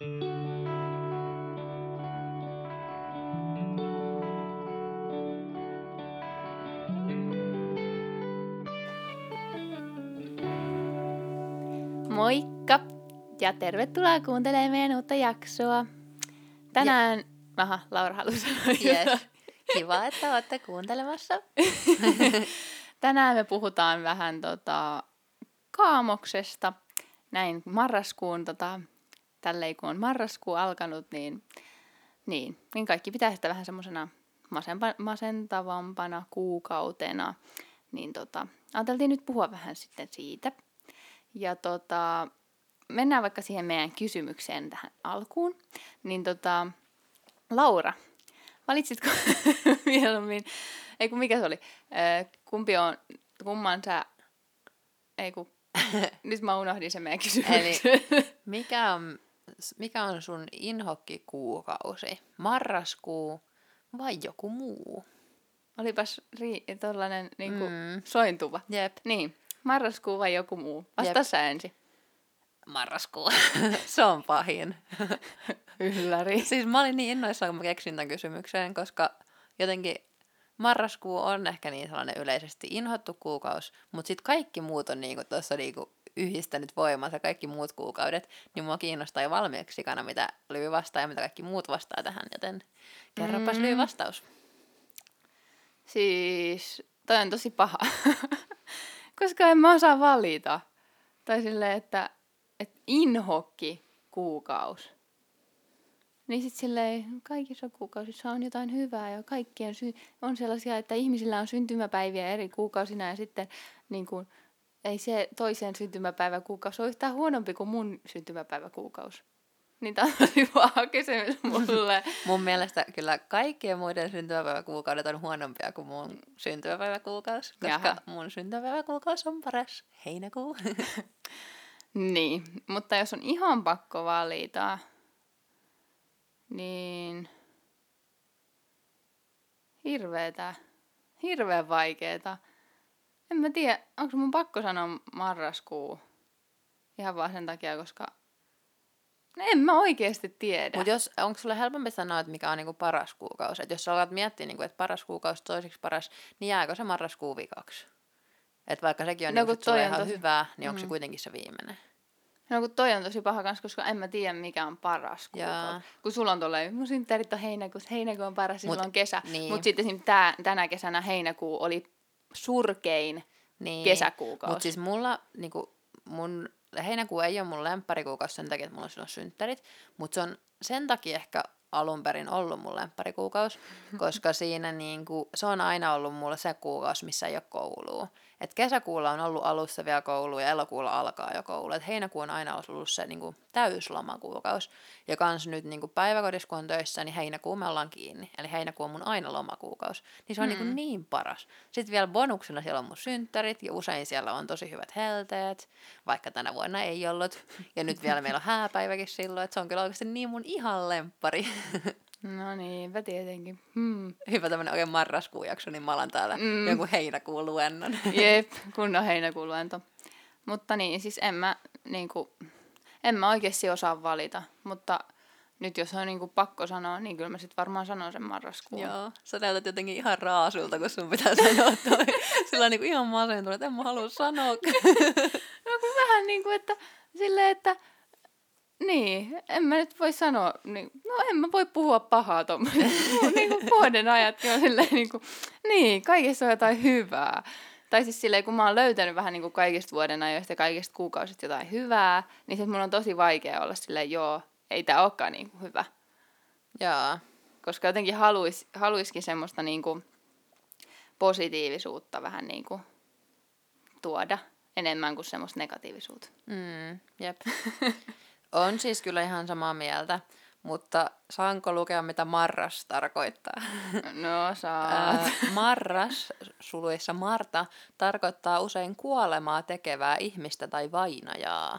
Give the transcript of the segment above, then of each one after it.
Moikka ja tervetuloa kuuntelemaan meidän uutta jaksoa. Tänään... Laura haluaa sanoa Yes. Kiva, että olette kuuntelemassa. Tänään me puhutaan vähän kaamoksesta. Näin marraskuun, tälleen kun on marraskuu alkanut, niin kaikki pitää sitä vähän semmosena masentavampana kuukautena. Niin ajateltiin nyt puhua vähän sitten siitä. Ja mennään vaikka siihen meidän kysymykseen tähän alkuun. Niin Laura, valitsitko mieluummin, mikä se oli, nyt mä unohdin sen meidän kysymyksen. Eli mikä on sun inhokkikuukausi? Marraskuu vai joku muu? Olipas tollanen sointuva. Jep. Niin, marraskuu vai joku muu? Vastaa sä ensin. Marraskuu. Se on pahin. Ylläri. Siis mä olin niin innoissaan, kun mä keksin tämän kysymykseen, koska jotenkin marraskuu on ehkä niin sellainen yleisesti inhottu kuukausi, mutta sitten kaikki muut on tuossa yhdistänyt voimansa, kaikki muut kuukaudet, niin mua kiinnostaa jo valmiiksi sikana, mitä Lyy vastaa ja mitä kaikki muut vastaa tähän, joten kerropas Lyy vastaus. Siis, toi on tosi paha, koska en mä osaa valita. Tai silleen, että inhokki kuukausi. Niin sit silleen, kaikissa kuukausissa on jotain hyvää ja kaikkien on sellaisia, että ihmisillä on syntymäpäiviä eri kuukausina ja sitten niin kun, ei se toisen syntymäpäiväkuukausi ole yhtään huonompi kuin mun syntymäpäiväkuukausi. Niin tää on tosi paha kysymys mulle. Mun mielestä kyllä kaikkien muiden syntymäpäiväkuukaudet on huonompia kuin mun syntymäpäiväkuukausi, koska mun syntymäpäiväkuukausi on paras heinäkuu. Niin, mutta jos on ihan pakko valita, niin hirveän vaikeeta. En mä tiedä, onko mun pakko sanoa marraskuu ihan vaan sen takia, koska en mä oikeasti tiedä. Mutta onko sulle helpompi sanoa, että mikä on niinku paras kuukausi? Että jos sä alat miettiä, niinku, että paras kuukausi toiseksi paras, niin jääkö se marraskuu vikaksi? Että vaikka sekin on niinku, sulle ihan hyvää, niin onko se kuitenkin se viimeinen? No kun toi on tosi paha kans, koska en mä tiedä mikä on paras kuukausi. Kun sulla on tolleen, mun synttärit on heinäkuu on paras ja sulla on kesä. Niin. Mutta sitten esimerkiksi tänä kesänä heinäkuu oli surkein kesäkuukausi. Mutta siis mulla, mun heinäkuu ei ole mun lemppärikuukausi sen takia, että mulla on silloin synttärit. Mutta se on sen takia ehkä alun perin ollut mun lemppärikuukausi, koska siinä se on aina ollut mulla se kuukausi, missä ei ole koulua. Et kesäkuulla on ollut alussa vielä koulu ja elokuulla alkaa jo koulu. Et heinäkuu on aina ollut se täyslomakuukausi. Ja kans nyt päiväkodissa kun on töissä, niin heinäkuu me ollaan kiinni. Eli heinäkuu on mun aina lomakuukausi. Niin se on niin paras. Sitten vielä bonuksena siellä on mun synttärit ja usein siellä on tosi hyvät helteet. Vaikka tänä vuonna ei ollut. Ja nyt vielä meillä on hääpäiväkin silloin. Että se on kyllä oikeasti niin mun ihan lemppari. No niinpä tietenkin. Hyvä tämmönen oikein marraskuun jakso, niin mä alan täällä jonkun heinäkuun luennon. Jep, kunnon heinäkuun luento. Mutta niin, siis en mä oikeasti osaa valita, mutta nyt jos on pakko sanoa, niin kyllä mä sit varmaan sanon sen marraskuun. Joo, sä näytät jotenkin ihan raasulta, kun sun pitää sanoa toi. Sillä on ihan masentunut, että en mä halua sanoa. No kun vähän että silleen, että niin, en mä nyt voi sanoa, en mä voi puhua pahaa tommoista. Vuoden ajatkin on silleen niin, kaikessa on jotain hyvää. Tai siis silleen, kun mä oon löytänyt vähän kaikista vuoden ajoista ja kaikista kuukausista jotain hyvää, niin sit mun on tosi vaikea olla silleen, ei tää olekaan hyvä. Jaa. Koska jotenkin haluiskin semmoista positiivisuutta vähän tuoda enemmän kuin semmoista negatiivisuutta. Jep. On siis kyllä ihan samaa mieltä, mutta saanko lukea, mitä marras tarkoittaa? No saat. Marras, suluissa Marta, tarkoittaa usein kuolemaa tekevää ihmistä tai vainajaa.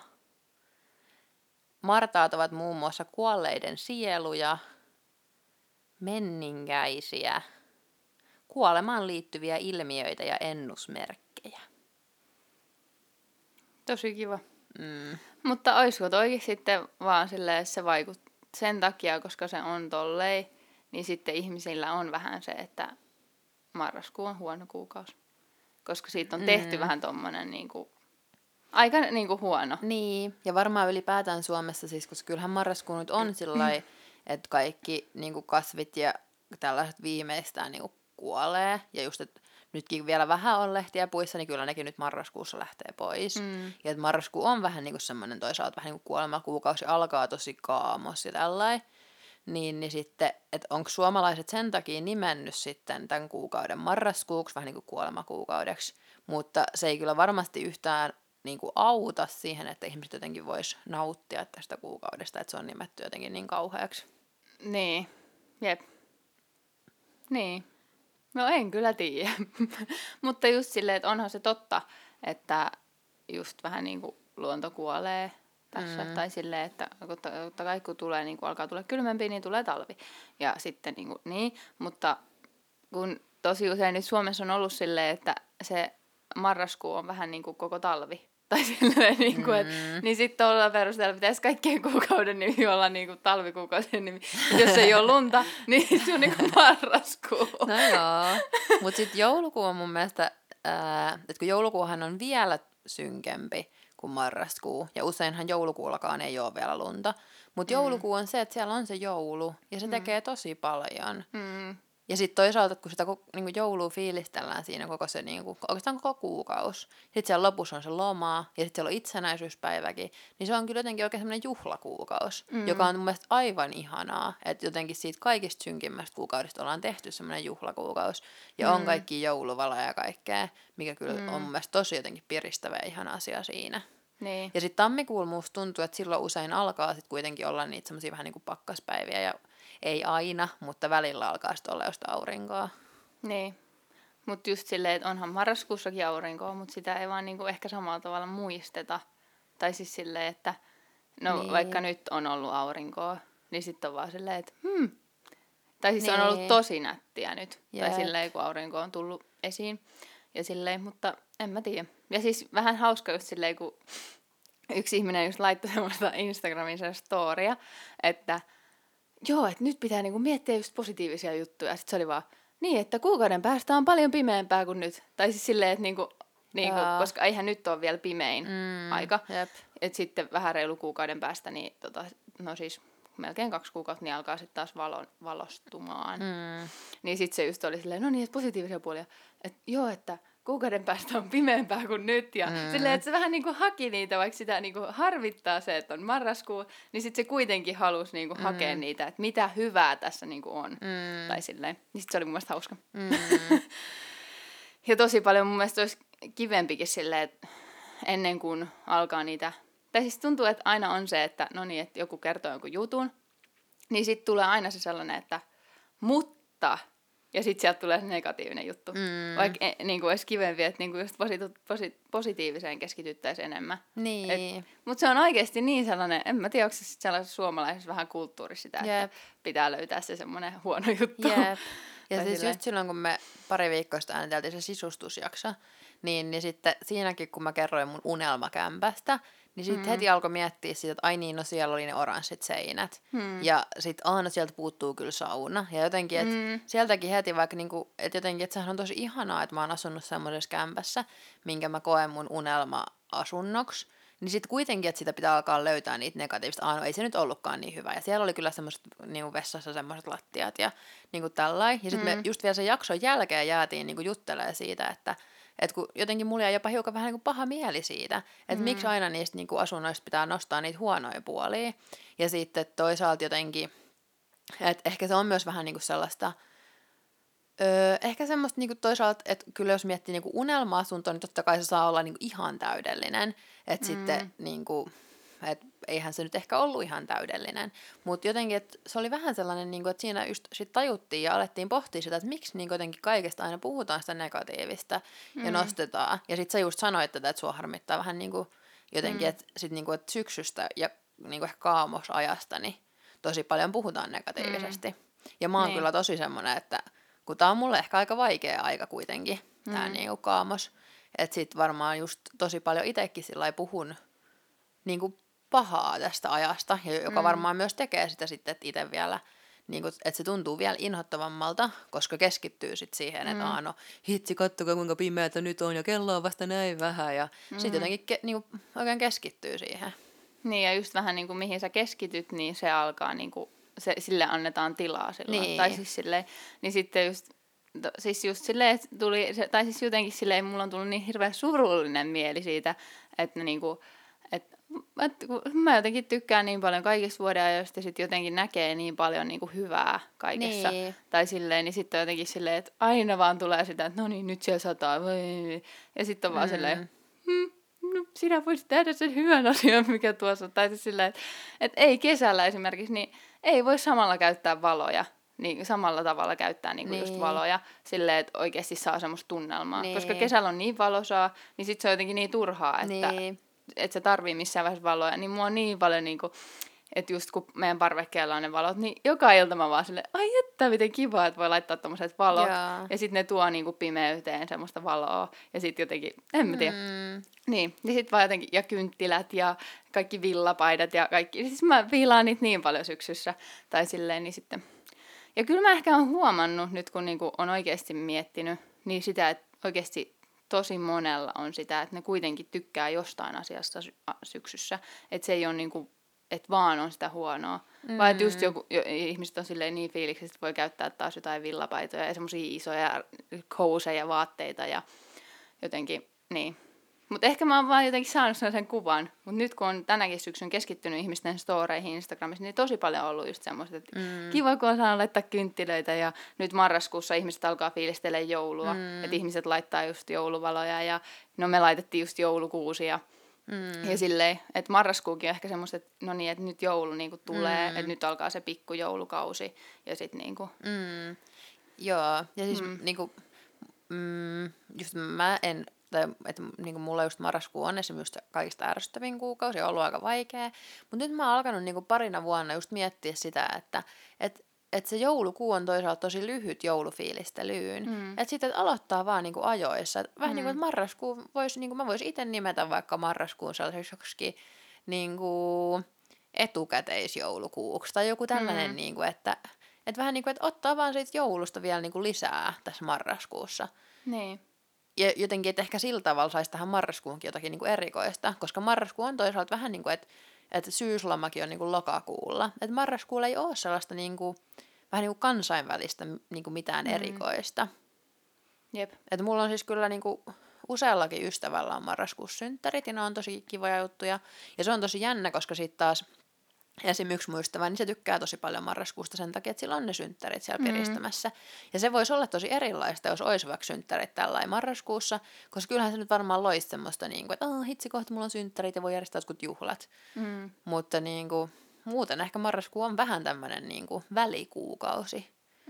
Martaat ovat muun muassa kuolleiden sieluja, menninkäisiä, kuolemaan liittyviä ilmiöitä ja ennusmerkkejä. Tosi kiva. Mutta olisiko toikin sitten vaan silleen, se sen takia, koska se on tollei, niin sitten ihmisillä on vähän se, että marraskuu on huono kuukausi. Koska siitä on tehty vähän tommonen niinku, aika niinku huono. Niin, ja varmaan ylipäätään Suomessa siis, koska kyllähän marraskuu nyt on sillai, että kaikki niinku kasvit ja tällaiset viimeistään niinku kuolee. Ja just, että nytkin vielä vähän on lehtiä puissa, niin kyllä nekin nyt marraskuussa lähtee pois. Ja että marraskuu on vähän niinku semmoinen toisaalta vähän niinku kuolemakuukausi, alkaa tosi kaamos ja tällainen. Niin sitten, että onko suomalaiset sen takia nimennyt sitten tämän kuukauden marraskuuksi, vähän niin kuin kuolemakuukaudeksi, mutta se ei kyllä varmasti yhtään niin kuin auta siihen, että ihmiset jotenkin vois nauttia tästä kuukaudesta, että se on nimetty jotenkin niin kauheaksi. Niin, jep. Niin. No en kyllä tiedä. Mutta just silleen, että onhan se totta, että just vähän niin kuin luonto kuolee tässä. Tai silleen, että totta kai kun tulee, niin kun alkaa tulla kylmempi, niin tulee talvi. Ja sitten niin. Mutta kun tosi usein nyt Suomessa on ollut silleen, että se marraskuu on vähän niin kuin koko talvi. Tai silleen, niin, kuin, niin sitten ollaan perusteella pitäisi kaikkien kuukauden nimi olla niin kuin talvikuukauden nimi. Jos ei ole lunta, niin se on niin kuin marraskuu. No joo, mutta sitten joulukuu on mun mielestä, että kun joulukuuhan on vielä synkempi kuin marraskuu, ja useinhan joulukuullakaan ei ole vielä lunta, mutta joulukuu on se, että siellä on se joulu, ja se tekee tosi paljon. Ja sitten toisaalta, kun sitä niinku joulua fiilistellään siinä koko se, niinku, oikeastaan koko kuukausi, sitten siellä lopussa on se loma, ja sitten siellä on itsenäisyyspäiväkin, niin se on kyllä jotenkin oikein semmoinen juhlakuukausi, joka on mun mielestä aivan ihanaa, että jotenkin siitä kaikista synkimmästä kuukaudesta ollaan tehty semmoinen juhlakuukausi, ja on kaikki jouluvaloja ja kaikkea, mikä kyllä on mun mielestä tosi jotenkin piristävä ja ihana asia siinä. Niin. Ja sitten tammikuulla musta tuntuu, että silloin usein alkaa sitten kuitenkin olla niitä semmoisia vähän niin kuin pakkaspäiviä, ja ei aina, mutta välillä alkaa sitten olla just aurinkoa. Niin, mutta just silleen, että onhan marraskuussakin aurinkoa, mutta sitä ei vaan niinku ehkä samalla tavalla muisteta. Tai siis silleen, että no niin. Vaikka nyt on ollut aurinkoa, niin sitten on vaan silleen, että Tai siis niin. On ollut tosi nättiä nyt. Jep. Tai silleen, kun aurinko on tullut esiin. Ja silleen, mutta en mä tiedä. Ja siis vähän hauska just silleen, kun yksi ihminen just laittoi semmoista Instagramin storia, että joo, että nyt pitää niinku miettiä just positiivisia juttuja. Sitten se oli vaan, niin, että kuukauden päästä on paljon pimeämpää kuin nyt. Tai siis silleen, että niinku, koska eihän nyt ole vielä pimein aika. Että sitten vähän reilu kuukauden päästä, niin no siis melkein 2 kuukautta, niin alkaa sitten taas valostumaan. Niin sitten se just oli silleen, no niin, että positiivisia puolia. Että joo, että kuukauden päästä on pimeämpää kuin nyt. Ja silleen, että se vähän niinku haki niitä, vaikka sitä niinku harvittaa se, että on marraskuu, niin sitten se kuitenkin halusi niinku hakea niitä, että mitä hyvää tässä niinku on. Tai silleen. Niin sitten se oli mun mielestä hauska. Ja tosi paljon mun mielestä olisi kivempikin silleen, että ennen kuin alkaa niitä. Tai siis tuntuu, että aina on se, että no niin, että joku kertoo jonkun jutun, niin sitten tulee aina se sellainen, että mutta, ja sitten sieltä tulee se negatiivinen juttu. Vaikka niin olisi kivempi, että niin just positiiviseen keskityttäisiin enemmän. Niin. Mutta se on oikeasti niin sellainen, en mä tiedä, onko se sitten sellaisessa suomalaisessa vähän kulttuurissa sitä, että pitää löytää se semmoinen huono juttu. Jep. Ja siis just silloin, kun me pari viikkoa sitten ääniteltiin se sisustusjakso, niin sitten siinäkin, kun mä kerroin mun unelmakämpästä, niin sitten heti alkoi miettiä sitä, että ai niin, no siellä oli ne oranssit seinät. Ja sitten aina sieltä puuttuu kyllä sauna. Ja jotenkin, että sieltäkin heti vaikka, niinku, että jotenkin, että sehän on tosi ihanaa, että mä oon asunut semmoisessa kämpässä, minkä mä koen mun unelma-asunnoksi. Niin sitten kuitenkin, että sitä pitää alkaa löytää niitä negatiivista. No ei se nyt ollutkaan niin hyvä. Ja siellä oli kyllä semmoiset niinku vessassa semmoiset lattiat ja niinku tällainen. Ja sitten me just vielä sen jakson jälkeen jäätiin niinku juttelemaan siitä, että kun jotenkin mulla jäi jopa hiukan vähän niinku paha mieli siitä, että miksi aina niistä niinku asunnoista pitää nostaa niitä huonoja puolia. Ja sitten toisaalta jotenkin, että ehkä se on myös vähän niinku sellaista, ehkä semmoista niinku toisaalta, että kyllä jos miettii niinku unelma-asuntoa, niin totta kai se saa olla niinku ihan täydellinen. Että sitten niinku, että eihän se nyt ehkä ollut ihan täydellinen. Mutta jotenkin, että se oli vähän sellainen, niinku, että siinä just sit tajuttiin ja alettiin pohtia sitä, että miksi niinku jotenkin kaikesta aina puhutaan sitä negatiivista ja nostetaan. Ja sitten sä just sanoit tätä, että sua harmittaa vähän niinku, jotenkin, että sit niinku, että syksystä ja niinku ehkä kaamosajasta niin tosi paljon puhutaan negatiivisesti. Ja mä oon kyllä tosi semmoinen, että kun tää on mulle ehkä aika vaikea aika kuitenkin, tää niinku kaamos. Että sit varmaan just tosi paljon itekin sillai puhun niinku pahaa tästä ajasta, ja joka varmaan myös tekee sitä sitten, että itse vielä, niinku, että se tuntuu vielä inhottavammalta, koska keskittyy sitten siihen, että no hitsi, kattokaa kuinka pimeätä nyt on, ja kello on vasta näin vähän, ja sitten jotenkin niinku, oikein keskittyy siihen. Niin, ja just vähän niin kuin mihin sä keskityt, niin se alkaa niin kuin, sille annetaan tilaa silloin. Niin. Tai siis silleen, niin sitten just silleen, että tai siis jotenkin silleen, mulla on tullut niin hirveän surullinen mieli siitä, että niinku, kun mä jotenkin tykkään niin paljon kaikista vuodenajoista ja sitten jotenkin näkee niin paljon niinku hyvää kaikessa. Niin. Tai silleen, niin sitten on jotenkin silleen, että aina vaan tulee sitä, että no niin, nyt siellä sataa. Ja sitten on vaan silleen, no sinä voisit tehdä sen hyvän asian, mikä tuossa on. Tai siis silleen, että ei kesällä esimerkiksi, niin ei voi samalla käyttää valoja. Niin samalla tavalla käyttää niinku just valoja silleen, että oikeasti saa semmoista tunnelmaa. Niin. Koska kesällä on niin valosaa, niin sit se on jotenkin niin turhaa, että et se tarvii missään vaiheessa valoja. Niin mua on niin paljon niinku, että just kun meidän parvekkeella on ne valot, niin joka ilta mä vaan silleen, ai että miten kiva, että voi laittaa tommoset valot. Ja sit ne tuo niinku pimeyteen semmoista valoa. Ja sit jotenkin, en mä tiedä. Niin sit vaan jotenkin, ja kynttilät ja kaikki villapaidat ja kaikki. Siis mä viilaan niitä niin paljon syksyssä. Tai silleen, niin sitten. Ja kyllä mä ehkä olen huomannut nyt, kun niinku on oikeasti miettinyt, niin sitä, että oikeasti tosi monella on sitä, että ne kuitenkin tykkää jostain asiasta syksyssä. Että se ei ole niinku, että vaan on sitä huonoa. Vaan että just ihmiset on silleen niin fiiliksi, että voi käyttää taas jotain villapaitoja ja semmosia isoja kouseja vaatteita ja jotenkin, niin. Mutta ehkä mä oon vaan jotenkin saanut sen kuvan. Mutta nyt kun on tänäkin syksyn keskittynyt ihmisten storeihin Instagramissa, niin tosi paljon on ollut just semmoista, että kiva kun on saanut laittaa kynttilöitä. Ja nyt marraskuussa ihmiset alkaa fiilistelemään joulua. Että ihmiset laittaa just jouluvaloja ja no me laitettiin just joulukuusia. Ja silleen, että marraskuukin on ehkä semmoista, että no niin, että nyt joulu niinku tulee, että nyt alkaa se pikkujoulukausi. Ja sit niinku. Joo, ja siis niinku, just mä en. Että niin mulla just marraskuu on esimerkiksi kaikista ärsyttävin kuukausi ja on ollut aika vaikea. Mutta nyt mä oon alkanut niin parina vuonna just miettiä sitä, että se joulukuu on toisaalta tosi lyhyt joulufiilistelyyn. Että sitten aloittaa vaan niin ajoissa. Et vähän niin kuin, että marraskuu voisi, niin mä voisin itse nimetä vaikka marraskuun sellaiseksi joksikin niin etukäteisjoulukuuksi. Tai joku tällainen, niin kuin, että vähän niin kuin, että ottaa vaan siitä joulusta vielä niin lisää tässä marraskuussa. Niin. Ja jotenkin, että ehkä sillä tavalla saisi tähän marraskuunkin jotakin niin kuin erikoista, koska marraskuu on toisaalta vähän niin kuin, että syyslomakin on niin kuin lokakuulla. Että marraskuulla ei ole sellaista niin kuin, vähän niin kuin kansainvälistä niin kuin mitään erikoista. Jep. Että mulla on siis kyllä niin kuin useallakin ystävällä on marraskuussa synttärit ja ne on tosi kivoja juttuja. Ja se on tosi jännä, koska sitten taas esimerkiksi yksi mun ystävä, niin se tykkää tosi paljon marraskuusta sen takia, että sillä on ne synttärit siellä piristämässä. Ja se voisi olla tosi erilaista, jos olisi vaikka synttärit tällainen marraskuussa, koska kyllähän se nyt varmaan loisi semmoista, niin kuin, että hitsi kohta mulla on synttärit ja voi järjestää jotkut juhlat. Mutta niin kuin, muuten ehkä marraskuu on vähän tämmöinen niin kuin välikuukausi.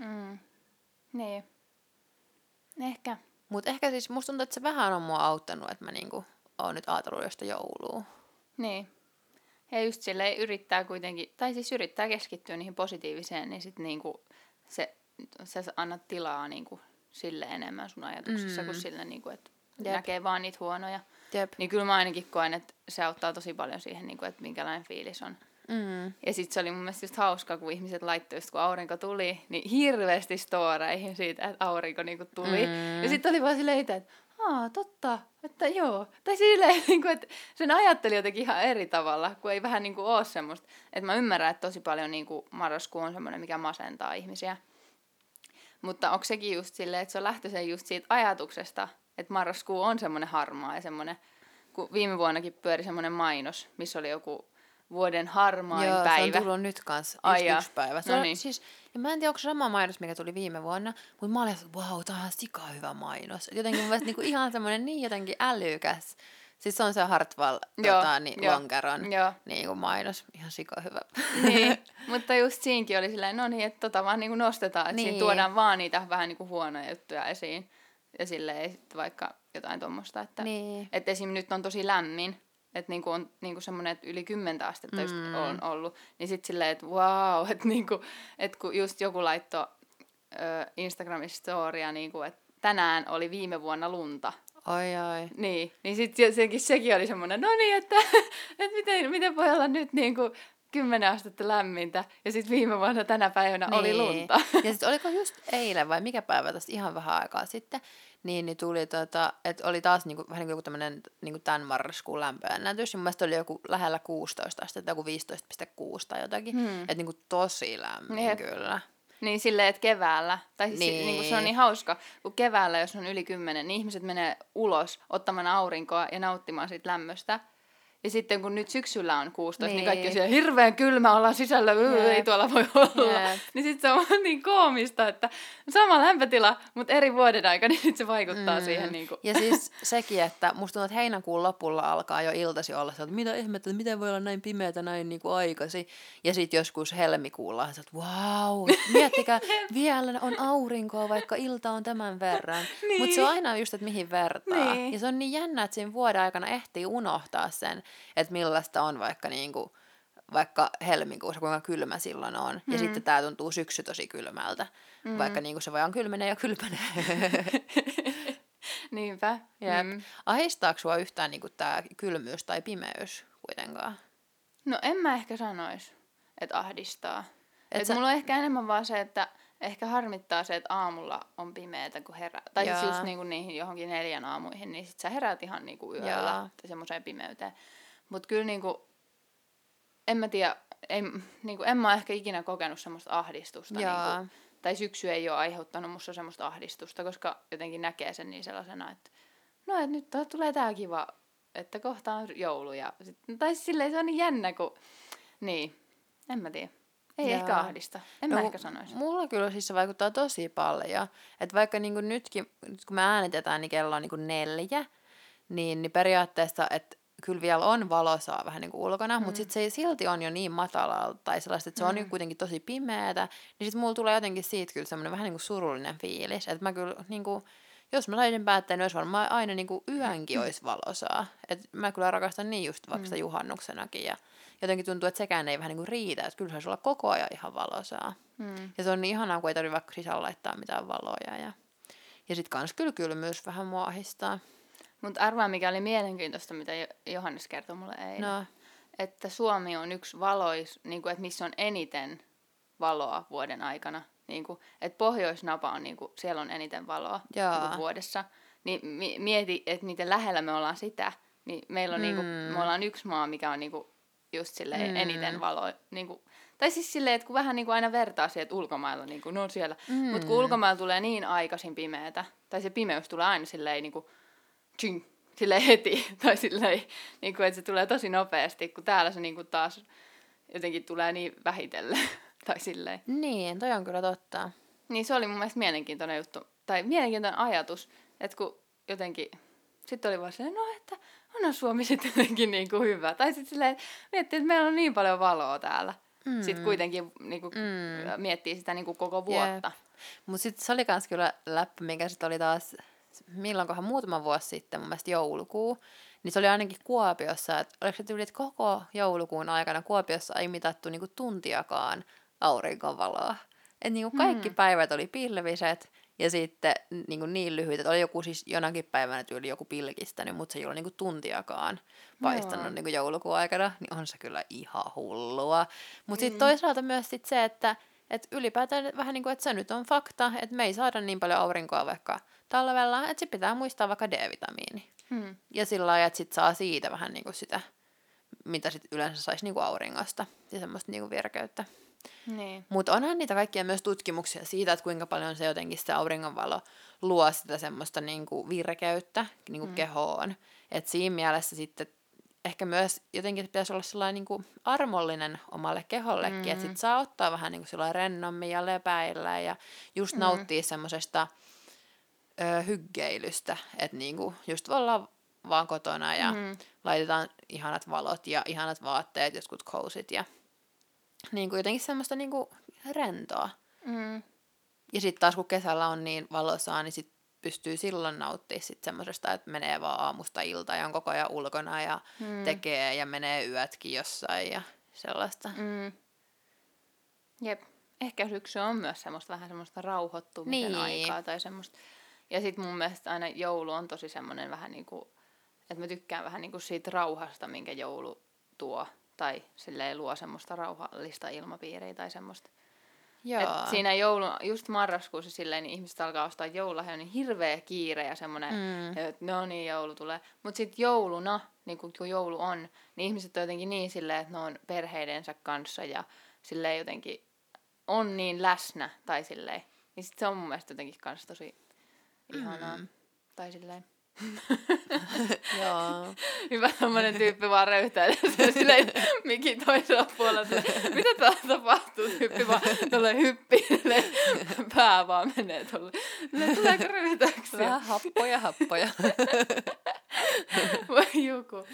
Niin. Ehkä. Mutta ehkä siis musta tuntuu, että se vähän on mua auttanut, että mä niin kuin oon nyt ajatellut josta joulua. Niin. Ja just silleen yrittää kuitenkin, tai siis yrittää keskittyä niihin positiiviseen, niin sit niinku sä annat tilaa niinku sille enemmän sun ajatuksissa, kuin sille niinku, että näkee vaan niitä huonoja. Jep. Niin kyllä mä ainakin koen, että se auttaa tosi paljon siihen, niinku, että minkälainen fiilis on. Ja sit se oli mun mielestä just hauska, kun ihmiset laittoi just kun aurinko tuli, niin hirveästi storeihin siitä, että aurinko niinku tuli. Ja sit oli vaan silleen, että totta, että joo. Tai silleen, että sen ajatteli jotenkin ihan eri tavalla, kun ei vähän niin kuin ole semmoista. Että mä ymmärrän, että tosi paljon niin kuin marraskuu on semmoinen, mikä masentaa ihmisiä. Mutta onko sekin just silleen, että se on lähtöisin just siitä ajatuksesta, että marraskuu on semmoinen harmaa ja semmoinen, kun viime vuonnakin pyöri semmoinen mainos, missä oli joku vuoden harmain päivä. Joo, se on tullut nyt kanssa yksi päivä. Se on, siis, ja mä en tiedä, onko se sama mainos, mikä tuli viime vuonna, mutta mä olin, että vau, tää on ihan sika hyvä mainos. Jotenkin mun mielestä niinku ihan semmoinen niin jotenkin älykäs. Siis se on se Hartwall lonkeron niinku mainos. Ihan sika hyvä. Niin, mutta just siinkin oli silleen, no niin, että vaan niinku nostetaan. Että siinä tuodaan vaan niitä vähän niinku huonoja juttuja esiin. Ja silleen ei sitten vaikka jotain tommoista, että esim. Nyt on tosi lämmin. Että niinku on niinku semmoinen, että yli 10 astetta just on ollut. Niin sit silleen, että vau, että niinku, et kun just joku laittoi Instagramissa storya, niinku, että tänään oli viime vuonna lunta. Ai. Niin sitten sekin oli semmoinen, no niin, että miten voi olla nyt niin kuin 10 astetta lämmintä ja sitten viime vuonna tänä päivänä oli lunta. Ja sitten oliko just eilen vai mikä päivä tästä ihan vähän aikaa sitten, niin tuli, että oli taas niinku, vähän niin kuin joku tämmöinen niinku tämän marraskuun lämpöennätys. Ja mun mielestä oli joku lähellä 16 astetta, joku 15,6 tai jotakin. Että niinku tosi lämmin kyllä. Niin silleen, että keväällä, tai siis niin se on niin hauska, kun keväällä, jos on yli 10, niin ihmiset menee ulos ottamaan aurinkoa ja nauttimaan siitä lämmöstä. Ja sitten kun nyt syksyllä on 16, niin kaikki on siellä hirveän kylmä, ollaan sisällä, ei tuolla voi olla. Niin sitten se on niin koomista, että sama lämpötila, mutta eri vuoden aika, niin sitten se vaikuttaa siihen. Niin kuin. Ja siis sekin, että musta tuntuu, että heinäkuun lopulla alkaa jo iltasi olla se, että mitä ihmettä, että miten voi olla näin pimeätä näin niin kuin aikasi. Ja sitten joskus helmikuulla, että vau, miettikää, vielä on aurinkoa, vaikka ilta on tämän verran. Niin. Mutta se on aina just, että mihin vertaa. Niin. Ja se on niin jännä, että siinä vuoden aikana ehtii unohtaa sen, että millaista on vaikka helmikuussa, kuinka kylmä silloin on. Ja sitten tää tuntuu syksy tosi kylmältä, vaikka niinku se vaan kylmenee ja kylmenee. Niinpä. Ahistaako sua yhtään niinku tää kylmyys tai pimeys kuitenkaan? No en mä ehkä sanois, että ahdistaa. Mulla on ehkä enemmän vaan se, että ehkä harmittaa se, että aamulla on pimeätä, kun herää. Tai siis just niinku niihin johonkin 4 aamuihin, niin sit sä heräät ihan niinku yöllä tai semmoiseen pimeyteen. Mut kyllä niinku, en mä tiedä, en mä ehkä ikinä kokenut semmoista ahdistusta. Niinku, tai syksy ei ole aiheuttanut musta semmoista ahdistusta, koska jotenkin näkee sen niin sellaisena, että no, et nyt tulee tää kiva, että kohta on joulu. Tai silleen se on niin jännä, kun niin, en mä tiedä. Ei ehkä ahdista. En mä ehkä sanoisi. Mulla kyllä siis se vaikuttaa tosi paljon. Että vaikka niinku nyt kun me äänitetään, niin kello on niinku 4, niin periaatteessa, että kyllä vielä on valosaa vähän niin kuin ulkona, mutta sitten se silti on jo niin matalalla tai sellaista, että se on kuitenkin tosi pimeätä, niin sitten mulla tulee jotenkin siitä kyllä semmoinen vähän niin kuin surullinen fiilis, että mä kyllä niin kuin, jos mä saisin päättää, niin olisi varmaan aina niin kuin yönkin olisi valosaa. Että mä kyllä rakastan niin just vaikka sitä juhannuksenakin ja jotenkin tuntuu, että sekään ei vähän niin kuin riitä, että kyllä se olisi olla koko ajan ihan valosaa. Ja se on niin ihanaa, kun ei tarvitse vaikka sisällä laittaa mitään valoja ja sitten kans kyllä kylmyys vähän mua ahdistaa. Mutta arvaa, mikä oli mielenkiintoista, mitä Johannes kertoi mulle eilen. No. Että Suomi on yksi niinku, että missä on eniten valoa vuoden aikana. Niinku, että Pohjoisnapa on, niinku, siellä on eniten valoa niinku, vuodessa. Niin mieti, että miten lähellä me ollaan sitä. Niin meillä on, niinku, me ollaan yksi maa, mikä on niinku, just silleen eniten valoa. Niinku, tai siis silleen, että kun vähän niinku, aina vertaa siihen, että ulkomailla niinku, no on siellä. Mutta kun ulkomailla tulee niin aikaisin pimeätä, tai se pimeys tulee aina silleen niinku, silleen heti, tai silleen, niin kuin, että se tulee tosi nopeasti, kun täällä se niin kuin taas jotenkin tulee niin vähitellen, tai silleen. Niin, toi on kyllä totta. Niin se oli mun mielestä mielenkiintoinen juttu, tai mielenkiintoinen ajatus, että kun jotenkin, sitten oli vaan silleen, no että onhan Suomi sitten jotenkin niin kuin hyvä, tai sitten silleen, miettii, että meillä on niin paljon valoa täällä, sitten kuitenkin niin kuin, miettii sitä niin kuin koko vuotta. Mutta sitten se oli kans kyllä läppä, mikä sitten oli taas milloinkohan muutama vuosi sitten, mun mielestä joulukuu, niin se oli ainakin Kuopiossa, että oliko se tyyli, että koko joulukuun aikana Kuopiossa ei mitattu niinku tuntiakaan aurinkovaloa. Että niinku kaikki päivät oli pilviset ja sitten niinku niin lyhyitä, että oli joku siis jonakin päivänä tyyli joku pilkistänyt, mutta se ei ole niinku tuntiakaan paistanut niinku joulukuun aikana, niin on se kyllä ihan hullua. Mutta sitten toisaalta myös sit se, että ylipäätään vähän niin kuin, että se nyt on fakta, että me ei saada niin paljon aurinkoa vaikka talvella, että sitten pitää muistaa vaikka D-vitamiini. Ja sillä lailla, että sit saa siitä vähän niin kuin sitä, mitä sit yleensä saisi niin kuin auringosta ja semmoista niin kuin virkeyttä. Niin. Mutta onhan niitä kaikkia myös tutkimuksia siitä, että kuinka paljon se jotenkin se auringonvalo luo sitä semmoista niin kuin virkeyttä niin kuin kehoon. Että siinä mielessä sitten ehkä myös jotenkin pitäisi olla sellainen niin kuin armollinen omalle kehollekin, että sit saa ottaa vähän niin kuin sellainen rennommin ja lepäillä ja just nauttia semmoisesta hyggeilystä, että niin kuin just ollaan vaan kotona ja laitetaan ihanat valot ja ihanat vaatteet, jotkut kousit ja niin kuin jotenkin semmoista niin kuin rentoa. Ja sitten taas kun kesällä on niin valosaa, niin sit pystyy silloin nauttimaan sit semmoisesta, että menee vaan aamusta iltaan ja on koko ajan ulkona ja tekee ja menee yötkin jossain ja sellaista. Jep. Ehkä syksy on myös semmoista vähän semmoista rauhoittumisen aikaa tai semmoista Ja sit mun mielestä aina joulu on tosi semmonen vähän niinku, että mä tykkään vähän niinku siitä rauhasta, minkä joulu tuo. Tai silleen luo semmoista rauhallista ilmapiiriä tai semmoista. Joo. Et siinä just marraskuussa silleen, niin ihmiset alkaa ostaa joululahjoja, niin hirveä kiire ja semmoinen, että no niin, joulu tulee. Mutta sitten jouluna, niin kun joulu on, niin ihmiset on jotenkin niin silleen, että ne on perheidensä kanssa ja silleen jotenkin on niin läsnä tai silleen. Niin sit se on mun mielestä jotenkin kans tosi ihanaa. Tai silleen. Joo. Hyvä tommonen tyyppi vaan röyhtää silleen mikin toisella puolella. Mitä täällä tapahtuu? Tyyppi vaan tolleen hyppii, pää vaan menee tolleen. Tuleeko röytäyksiä? Vähän happoja. Voi joku.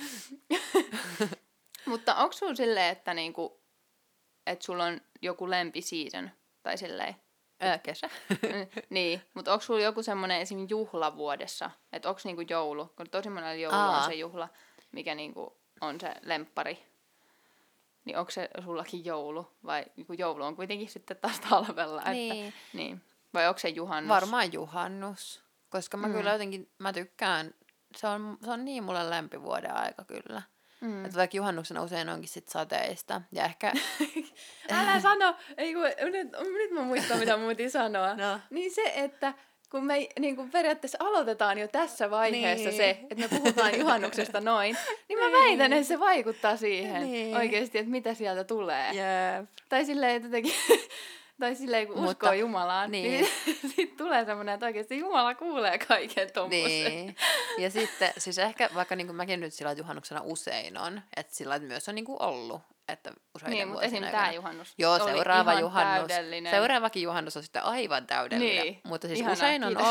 Mutta onko sulla silleen, että niinku, et sulla on joku lempiseason? Tai silleen? Kesä. Niin, mutta onko sulla joku semmoinen esim. Juhla vuodessa? Että onko niinku joulu? Kun tosi monella joulu on se juhla, mikä niinku on se lemppari. Niin onko se sullakin joulu? Vai niinku joulu on kuitenkin sitten taas talvella? Niin. Että, niin. Vai onko se juhannus? Varmaan juhannus. Koska mä kyllä jotenkin, mä tykkään, se on niin mulle lempivuoden aika kyllä. Että vaikka juhannuksena usein onkin sit sateista. Ja ehkä... Älä sano! Ei, nyt mä muistan, mitä mun piti sanoa. No. Niin se, että kun me niin kun periaatteessa aloitetaan jo tässä vaiheessa niin. se, että me puhutaan juhannuksesta noin, niin mä väitän, että se vaikuttaa siihen oikeasti, että mitä sieltä tulee. Jep. Tai silleen, että jotenkin... Tai silleen, kun uskoo Jumalaan, niin sitten tulee semmoinen, että oikeasti Jumala kuulee kaiken tommosen. Niin. Ja sitten, siis ehkä vaikka niin kuin mäkin nyt sillä juhannuksena usein on, että sillä myös on niin kuin ollut, että useiden niin, mutta vuosien esim. Tämä juhannus Joo, oli seuraava ihan juhannus. täydellinen. Seuraavakin juhannus on sitten aivan täydellinen. Niin. Mutta siis Ihanaa,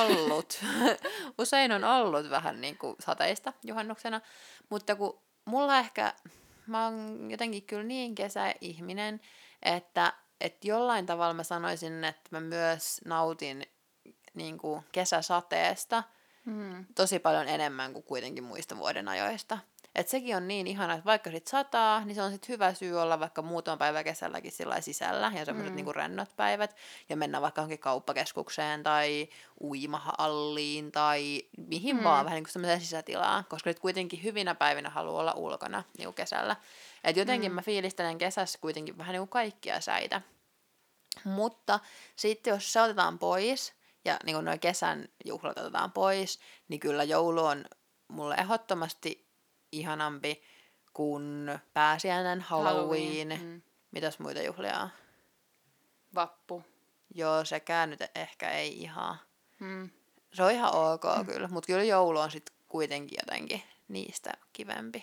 usein on ollut vähän niin kuin sateista juhannuksena. Mutta kun mulla ehkä, mä oon jotenkin kyllä niin kesäihminen, että jollain tavalla mä sanoisin, että mä myös nautin niin kuin kesäsateesta tosi paljon enemmän kuin kuitenkin muista vuodenajoista. Että sekin on niin ihana, että vaikka sit sataa, niin se on sit hyvä syy olla vaikka muutama päivä kesälläkin sillä sisällä ja semmoiset niinku rennot päivät ja mennä vaikka johonkin kauppakeskukseen tai uimahalliin tai mihin vaan vähän niinku semmoiseen sisätilaan, koska nyt kuitenkin hyvinä päivinä haluaa olla ulkona niinku kesällä. Et jotenkin mä fiilistelen kesässä kuitenkin vähän niinku kaikkia säitä. Mutta sitten jos se otetaan pois ja niin nuo kesän juhlat otetaan pois, niin kyllä joulu on mulle ehdottomasti ihanampi kuin pääsiäinen, Halloween. Mitäs muita juhlia on? Vappu. Joo, sekään nyt ehkä ei ihan. Se on ihan ok kyllä, mutta kyllä joulu on sitten kuitenkin jotenkin niistä kivempi.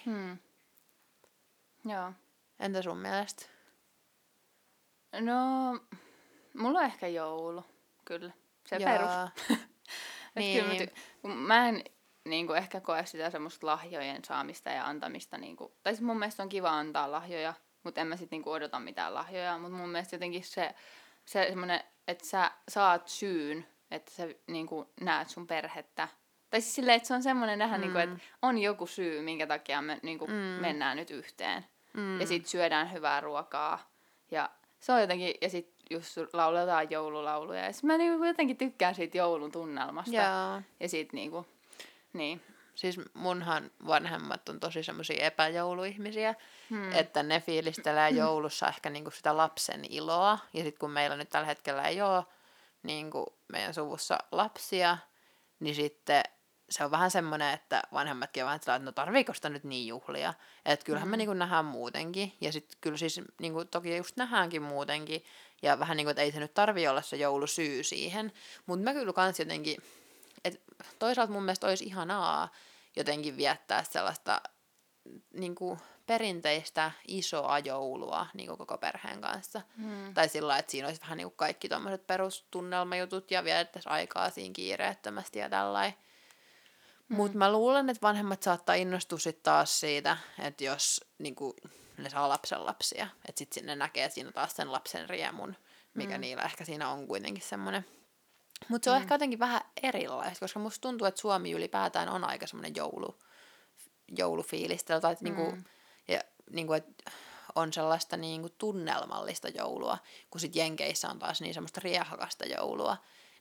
Joo. Entä sun mielestä? No, mulla on ehkä joulu, kyllä. Se perus. Niin. Mä en niinku ehkä koe sitä semmoista lahjojen saamista ja antamista. Niinku, tai siis mun mielestä on kiva antaa lahjoja, mutta en mä sit niinku odota mitään lahjoja. Mutta mun mielestä jotenkin se semmoinen, että sä saat syyn, että sä niinku näet sun perhettä. Tai siis silleen, että se on semmoinen nähdä, niinku, että on joku syy, minkä takia me niinku mennään nyt yhteen. Ja sit syödään hyvää ruokaa. Ja se on jotenkin, ja sit just lauletaan joululauluja. Ja sit mä niinku jotenkin tykkään siitä joulun tunnelmasta. Jaa. Ja sit niinku, niin. Siis munhan vanhemmat on tosi semmosia epäjouluihmisiä, että ne fiilistelee joulussa ehkä niinku sitä lapsen iloa. Ja sit kun meillä nyt tällä hetkellä ei ole niinku meidän suvussa lapsia, niin sitten se on vähän semmoinen, että vanhemmatkin on vähän sellainen, että no tarviiko sitä nyt niin juhlia. Että kyllähän me niinku nähdään muutenkin. Ja sitten kyllä siis niinku, toki just nähdäänkin muutenkin. Ja vähän niin kuin, että ei se nyt tarvitse olla se joulusyy siihen. Mutta mä kyllä kans jotenkin, että toisaalta mun mielestä olisi ihanaa jotenkin viettää sellaista niinku perinteistä isoa joulua niinku koko perheen kanssa. Tai sillä lailla, että siinä olisi vähän niinku kaikki tommoset perustunnelmajutut ja vietettäisiin aikaa siinä kiireettömästi ja tällainen. Mutta mä luulen, että vanhemmat saattaa innostua sit taas siitä, että jos niinku, ne saa lapsenlapsia, että sit ne näkee siinä taas sen lapsen riemun, mikä niillä ehkä siinä on kuitenkin semmoinen. Mutta se on ehkä jotenkin vähän erilaista, koska musta tuntuu, että Suomi ylipäätään on aika semmoinen joulufiilistely, tai niinku, ja niinku, että on sellaista niinku tunnelmallista joulua, kun sit Jenkeissä on taas niin semmoista riehakasta joulua.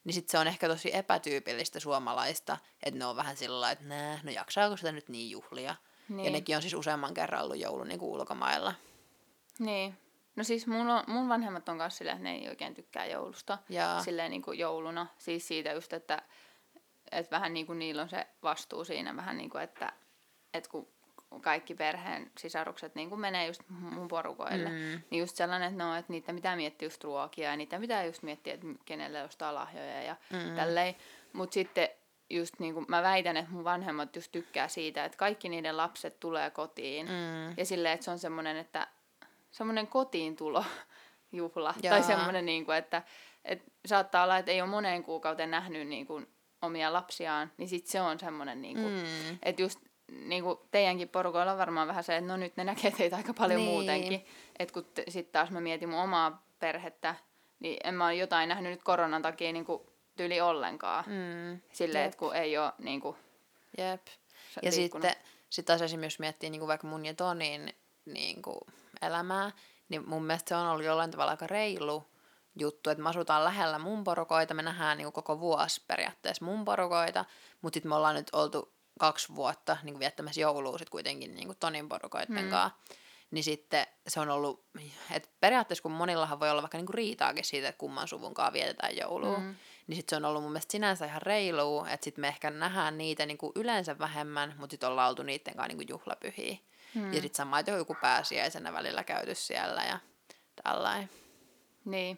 niin sit se on ehkä tosi epätyypillistä suomalaista, että ne on vähän sillä lailla, että no jaksaako sitä nyt niin juhlia. Niin. Ja nekin on siis useamman kerran ollut joulun niin kuin ulkomailla. Niin. No siis mun vanhemmat on kanssa silleen, että ne ei oikein tykkää joulusta. Silleen niin kuin jouluna. Siis siitä just, että vähän niin kuin niillä on se vastuu siinä vähän niin kuin, että kun kaikki perheen sisarukset niin kuin menee just mun porukoille. Niin just sellainen, että no, että niitä pitää miettiä just ruokia ja niitä pitää just miettiä, että kenelle ostaa lahjoja ja tälleen. Mutta sitten just niin kuin mä väitän, että mun vanhemmat just tykkää siitä, että kaikki niiden lapset tulee kotiin. Ja silleen, että se on semmoinen kotiin tulo juhla. Tai semmoinen, niin kuin, että saattaa olla, että ei ole moneen kuukauteen nähnyt niin kuin omia lapsiaan, niin sitten se on semmoinen, niin kuin, että just niin kuin teidänkin porukoilla on varmaan vähän se, että no nyt ne näkee teitä aika paljon muutenkin. Että kun sitten taas mä mietin mun omaa perhettä, niin en mä ole jotain nähnyt nyt koronan takia niin kuin tyyli ollenkaan. Silleen, että kun ei ole niin kuin Jep. Ja sitten taas esimerkiksi jos miettii niin kuin vaikka mun ja Tonin niin kuin elämää, niin mun mielestä se on ollut jollain tavalla aika reilu juttu, että me asutaan lähellä mun porukoita, me nähdään niin kuin koko vuosi periaatteessa mun porukoita, mutta sitten me ollaan nyt oltu 2 vuotta niin kuin viettämässä joulua sit kuitenkin niin kuin Tonin porukoitten kanssa. Niin sitten se on ollut, että periaatteessa kun monillahan voi olla vaikka niin kuin riitaakin siitä, että kumman suvun kanssa vietetään joulua, niin sitten se on ollut mun mielestä sinänsä ihan reilua, että sitten me ehkä nähdään niitä niin kuin yleensä vähemmän, mutta sitten ollaan oltu niiden kanssa niin kuin juhlapyhiä. Ja sitten samaten joku pääsiäisenä välillä käyty siellä ja tällainen. Niin.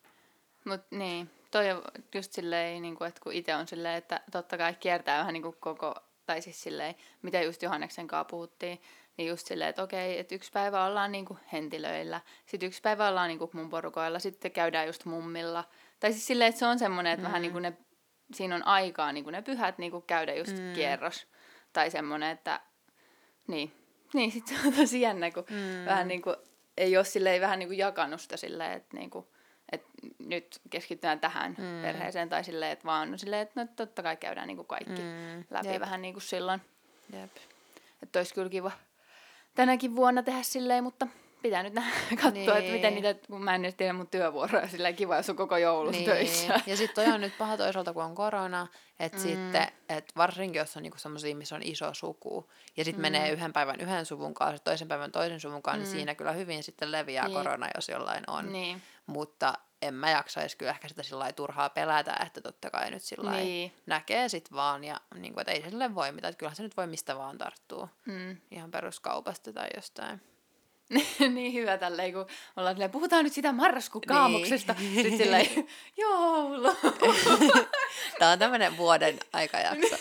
Mut niin, toi on just silleen, niin kuin, että kun itse on silleen, että totta kai kiertää vähän niin kuin tai siis silleen, mitä just Johanneksen kanssa puhuttiin, niin just silleen, että okei, että yksi päivä ollaan niin kuin hentilöillä, sitten yksi päivä ollaan niin kuin mun porukoilla, sitten käydään just mummilla. Tai siis silleen, että se on semmoinen, että vähän niin kuin siinä on aikaa niin kuin ne pyhät niin kuin käydä just kierros. Tai semmoinen, että niin sitten se on tosi jännä, kun vähän niin kuin ei ole silleen vähän niin kuin jakanut sitä silleen, että niin kuin että nyt keskitytään tähän perheeseen, tai silleen, että vaan silleen, että no totta kai käydään niin kuin kaikki läpi vähän niin kuin silloin. Jep. Että olisi kyllä kiva tänäkin vuonna tehdä silleen, mutta pitää nyt katsoa, että miten niitä, kun mä en edes tiedä mun työvuoroja, silleen kiva, jos on koko joulu töissä. Ja sitten toi on nyt paha toisaalta, kun on korona, että sitten, että varsinkin jos on niinku semmoisia, missä on iso suku, ja sitten menee yhden päivän yhden suvun kanssa, toisen päivän toisen suvun kanssa, niin siinä kyllä hyvin sitten leviää korona, jos jollain on. Niin. Mutta en mä jaksaisi kyllä ehkä sitä sillai turhaa pelätä, että totta kai nyt sillai näkee sit vaan, ja niinku, että ei se sille voi mitään, että kyllähän se nyt voi mistä vaan tarttua. Ihan peruskaupasta tai jostain. Niin hyvä tälleen, kun ollaan silleen, puhutaan nyt sitä marraskuun kaamuksesta. Sitten silleen, joulu. Tämä on tämmöinen vuoden aikajakso.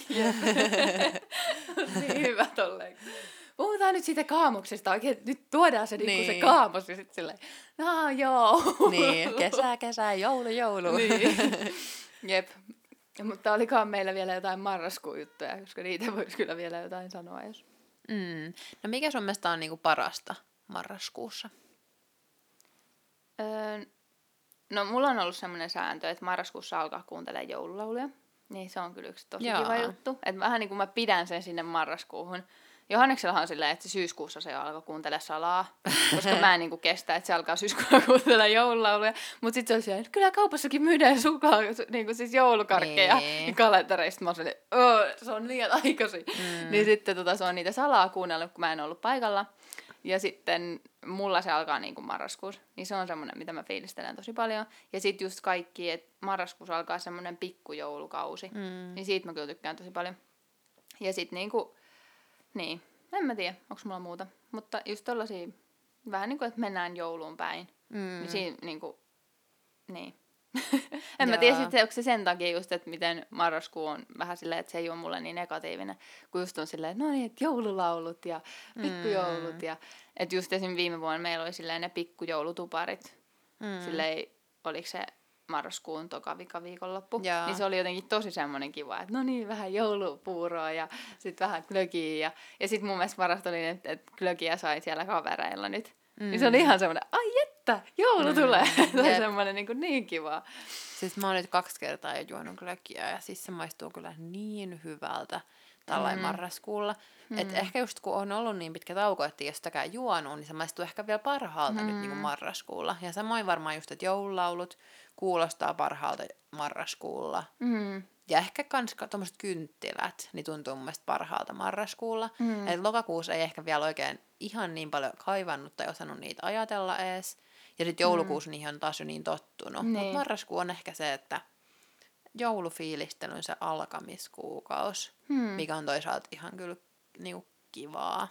Niin hyvä tolleen. Puhutaan nyt siitä kaamuksesta, oikein nyt tuodaan se, niin. se kaamus, ja sitten silleen, no joo. Niin, kesä, joulu. Niin. Jep. Mutta olikohan meillä vielä jotain marraskuun juttuja, koska niitä voisi kyllä vielä jotain sanoa, jos... No mikä sun mielestä on niinku parasta marraskuussa? No mulla on ollut semmoinen sääntö, että marraskuussa alkaa kuuntelemaan joululauluja. Niin se on kyllä yksi tosi kiva juttu. Että vähän niin kuin mä pidän sen sinne marraskuuhun. Johanneksellahan on silleen, että se syyskuussa se alkoi kuuntelemaan salaa, koska mä en niin kuin kestä, että se alkaa syyskuussa kuuntelemaan joululauluja. Mutta sitten se on silleen, että kyllä kaupassakin myydään niin kuin siis joulukarkkeja ja kalentereista. Mä oon silleen, se on liian aikaisin. Niin sitten se on niitä salaa kuunnellut, kun mä en ollut paikalla. Ja sitten mulla se alkaa niin kuin marraskuussa. Niin se on semmoinen, mitä mä fiilistelen tosi paljon. Ja sitten just kaikki, että marraskuussa alkaa semmoinen pikkujoulukausi. Niin siitä mä kyllä tykkään tosi paljon. Ja sitten niinku... Niin, en mä tiedä, onko mulla muuta. Mutta just tollasia, vähän niin kuin, että mennään jouluun päin. Niin siinä niinku, niin. En mä tiedä sitten, onko se sen takia just, että miten marraskuu on vähän silleen, että se ei ole mulle niin negatiivinen. Kun just on silleen, että no niin, että joululaulut ja pikkujoulut. Ja, että just esim. Viime vuonna meillä oli silleen ne pikkujoulutuparit. Silleen, oliko se marraskuun toka viikonloppu. Niin se oli jotenkin tosi semmoinen kiva, että no niin, vähän joulupuuroa ja sitten vähän glögiä. Ja sitten mun mielestä parasta oli, että glögiä sai siellä kavereilla nyt. Niin se oli ihan semmoinen, ai että, joulu tulee. Se on semmoinen niin kiva. Siis mä oon nyt 2 kertaa jo juonut glögiä ja siis se maistuu kyllä niin hyvältä. tällainen marraskuulla. Et ehkä just kun on ollut niin pitkä tauko, että ei ole sitäkään juonut, niin se maistuu ehkä vielä parhaalta nyt niin kuin marraskuulla. Ja samoin varmaan just, että joululaulut kuulostaa parhaalta marraskuulla. Ja ehkä kans tommoset kynttilät, niin tuntuu mun mielestä parhaalta marraskuulla. Et lokakuussa ei ehkä vielä oikein ihan niin paljon kaivannut tai osannut niitä ajatella ees. Ja sitten joulukuussa niihin on taas jo niin tottunut. Mutta marraskuu on ehkä se, että joulufiilistelyn se alkamiskuukaus, mikä on toisaalta ihan kyllä niinku kivaa.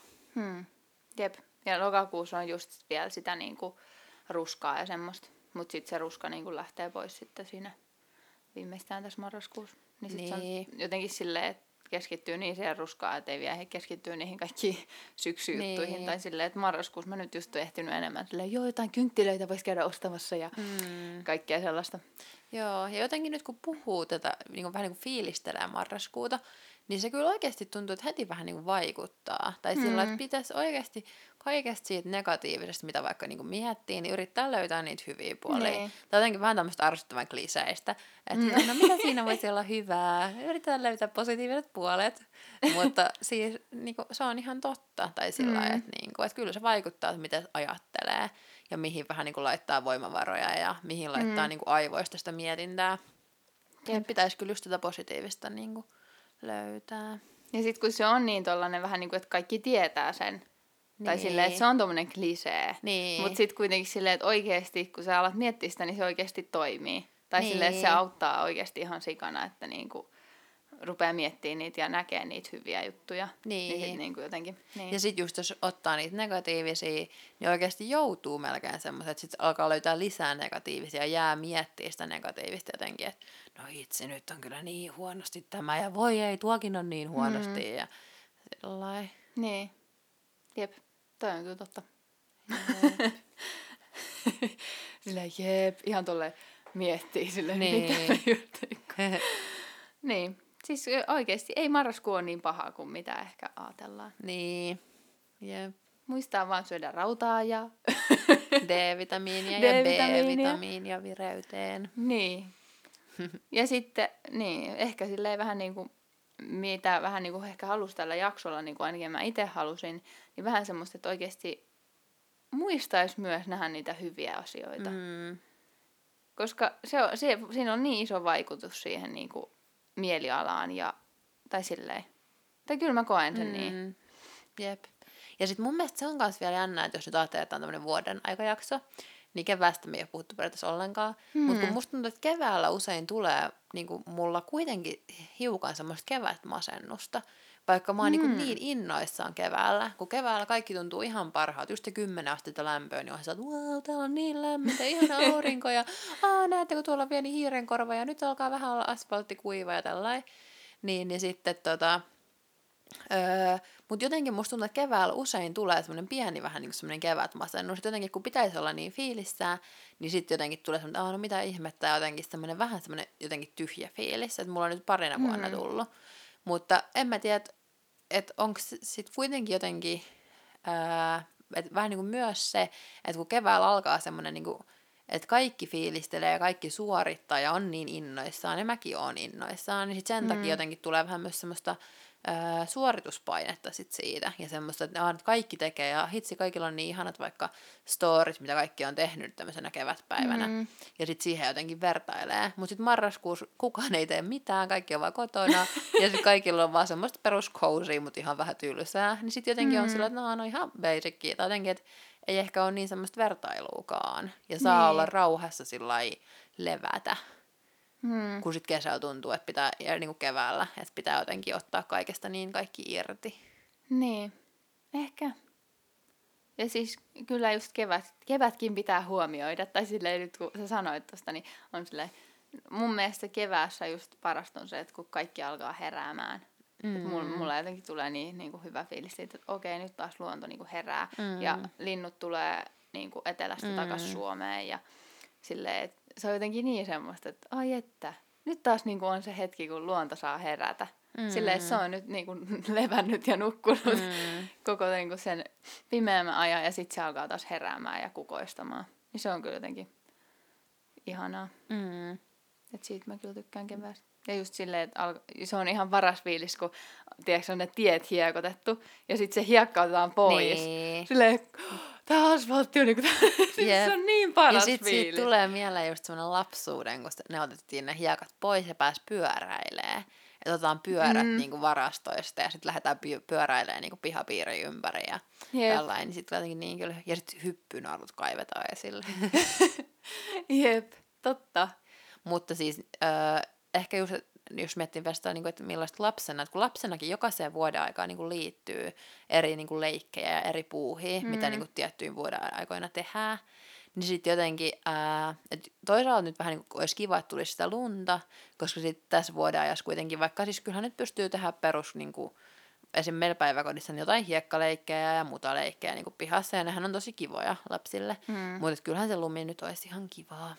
Jep. Ja lokakuussa on just vielä sitä niinku ruskaa ja semmoista. Mutta sitten se ruska niinku lähtee pois sitten siinä viimeistään tässä marraskuussa. Niin sit se on jotenkin silleen, että keskittyy niin siihen ruskaan, että ei vielä keskittyy niihin kaikkiin syksyjuttuihin. Tai silleen, että marraskuussa mä nyt just oon ehtinyt enemmän silleen, jotain kynttilöitä voisi käydä ostamassa ja kaikkea sellaista. Joo, ja jotenkin nyt kun puhuu tätä, niin vähän niin kuin fiilistelee marraskuuta, niin se kyllä oikeasti tuntuu, että heti vähän niin kuin vaikuttaa. Tai sillä, että pitäisi oikeasti kaikesta siitä negatiivisesta, mitä vaikka niin kuin miettii, niin yrittää löytää niitä hyviä puolia. Tai jotenkin vähän tämmöistä arvostuttavan kliseistä. Että no mitä siinä voisi olla hyvää? Yritetään löytää positiiviset puolet. Mutta siis niin kuin, se on ihan totta. Tai sillä että, niin kuin, että kyllä se vaikuttaa, että mitä ajattelee. Ja mihin vähän niin kuin laittaa voimavaroja ja mihin laittaa niin kuin aivoista sitä mietintää. Ja pitäisi kyllä just tätä positiivista niin kuin löytää. Ja sitten kun se on niin tollanen vähän niin kuin, että kaikki tietää sen. Tai silleen, että se on tommonen klisee. Mutta sitten kuitenkin silleen, että oikeasti kun sä alat miettiä sitä, niin se oikeasti toimii. Tai silleen, että se auttaa oikeasti ihan sikana, että niinku rupeaa miettimään niitä ja näkee niitä hyviä juttuja. Niin sit niinku jotenkin. Niin. Ja sitten just jos ottaa niitä negatiivisia, niin oikeasti joutuu melkein semmoiset, että sitten alkaa löytää lisää negatiivisia ja jää miettiä sitä negatiivista jotenkin, että no itse nyt on kyllä niin huonosti tämä ja voi ei, tuokin on niin huonosti ja sellainen. Niin. Jep, toi on kyllä totta. Silleen jep, ihan tolleen miettii silleen. Niin, siis oikeesti ei marraskuu ole niin paha kuin mitä ehkä ajatellaan. Niin, jep. Muistaa vaan syödä rautaa ja D-vitamiinia ja B-vitamiinia vireyteen. Niin. Ja sitten, niin, ehkä silleen vähän niinku, mitä vähän niinku ehkä halusi tällä jaksolla, niinku ainakin mä itse halusin, niin vähän semmoista, että oikeasti muistaisi myös nähdä niitä hyviä asioita. Koska siinä on niin iso vaikutus siihen niinku mielialaan ja, tai silleen. Tai kyllä mä koen sen niin. Jep. Ja sit mun mielestä se on kans vielä jännä, että jos nyt ajattelee, että on tämmönen vuoden aikajakso, niin keväästä me ei ole puhuttu periaatteessa ollenkaan. Mutta kun musta tuntuu, että keväällä usein tulee niinku mulla kuitenkin hiukan semmoista kevätmasennusta. Vaikka mä oon niin innoissaan keväällä. Kun keväällä kaikki tuntuu ihan parhaat. Just se 10 astetta lämpöä, niin on se, että wow, täällä on niin lämmintä, ihana aurinko. Ja näette, kun tuolla on pieni hiirenkorva ja nyt alkaa vähän olla asfaltti kuiva ja tällainen. Niin sitten mutta jotenkin musta tuntuu, että keväällä usein tulee semmoinen pieni vähän niin kuin semmoinen kevätmasennus. Jotenkin kun pitäisi olla niin fiilissään, niin sitten jotenkin tulee semmoinen, että no mitä ihmettä, ja jotenkin semmoinen vähän semmoinen jotenkin tyhjä fiilis. Että mulla on nyt parina vuonna tullut. Mutta en mä tiedä, että onko sitten kuitenkin jotenkin, että vähän niin kuin myös se, että kun keväällä alkaa semmoinen, niin kuin, että kaikki fiilistelee ja kaikki suorittaa ja on niin innoissaan, ja mäkin oon innoissaan, niin sitten sen takia jotenkin tulee vähän myös semmoista suorituspainetta sit siitä ja semmoista, että kaikki tekee ja hitsi, kaikilla on niin ihanat vaikka storit, mitä kaikki on tehnyt tämmöisenä kevätpäivänä ja sitten siihen jotenkin vertailee, mutta sitten marraskuussa kukaan ei tee mitään, kaikki on vaan kotona ja sitten kaikilla on vaan semmoista perus cozy, mutta ihan vähän tylsää, niin sitten jotenkin on sillä, että no ihan basicia tai jotenkin, että ei ehkä ole niin semmoista vertailuukaan ja saa olla rauhassa sillai levätä. Kun sitten kesällä tuntuu, että pitää, ja niin kuin keväällä, että pitää jotenkin ottaa kaikesta niin kaikki irti. Niin, ehkä. Ja siis kyllä just kevätkin pitää huomioida, tai silleen nyt kun sä sanoit tosta, niin on silleen, mun mielestä keväässä just parasta on se, että kun kaikki alkaa heräämään. Mulla jotenkin tulee niin kuin hyvä fiilis siitä, että okei, nyt taas luonto niin kuin herää, ja linnut tulee niin kuin etelästä takaisin Suomeen, ja silleen, että se on jotenkin niin semmoista, että ai että, nyt taas niin kuin on se hetki, kun luonto saa herätä. Silleen, että se on nyt niin kuin levännyt ja nukkunut koko niin kuin sen pimeämmän ajan, ja sitten se alkaa taas heräämään ja kukoistamaan. Niin se on kyllä jotenkin ihanaa. Että siitä mä kyllä tykkään keväästä. Ja just silleen, että se on ihan paras fiilis, kun tiedätkö, on ne tiet hiekotettu ja sitten se hiekka otetaan pois. Niin. Silleen, tää asfaltti on niinku, se on niin paras ja sit fiilis. siitä tulee mieleen just semmoinen lapsuuden, kun ne otettiin ne hiekat pois ja pääsi pyöräilee. Että otetaan pyörät niinku varastoista ja sitten lähdetään pyöräilemään niinku pihapiirin ympäri ja tällainen. Niin sitten jotenkin niin kyllä. Ja sitten hyppynarut kaivetaan esille. Jep, totta. Mutta siis ehkä just, jos miettii vielä sitä, että millaista lapsena, että kun lapsenakin jokaiseen vuoden aikaan niin liittyy eri niin leikkejä ja eri puuhia, mitä niin tiettyyn vuoden aikoina tehdään, niin sitten jotenkin, että toisaalta nyt vähän niin kuin olisi kiva, että tulisi sitä lunta, koska sitten tässä vuoden ajassa kuitenkin, vaikka siis kyllähän nyt pystyy tehdä perus, niin kuin, esim. Meillä päiväkodissa niin jotain hiekkaleikkejä ja mutaleikkejä niin kuin pihassa, ja nehän on tosi kivoja lapsille, mutta kyllähän se lumi nyt olisi ihan kivaa.